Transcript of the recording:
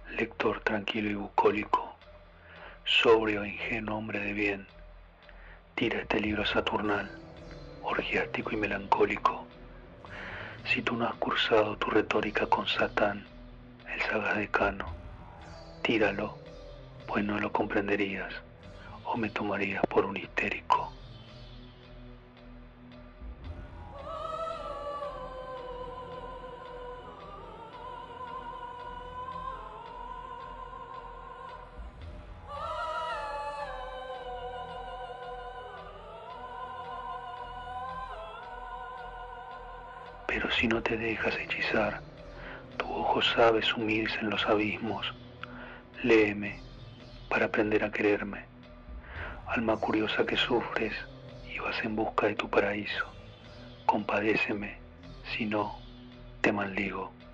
lector tranquilo y bucólico, sobrio e ingenuo hombre de bien, tira este libro saturnal, orgiástico y melancólico. Si tú no has cursado tu retórica con Satán, el sagaz decano, tíralo, pues no lo comprenderías o me tomarías por un histérico. Pero si no te dejas hechizar, tu ojo sabe sumirse en los abismos. Léeme para aprender a quererme, alma curiosa que sufres y vas en busca de tu paraíso. Compadéceme, si no, te maldigo.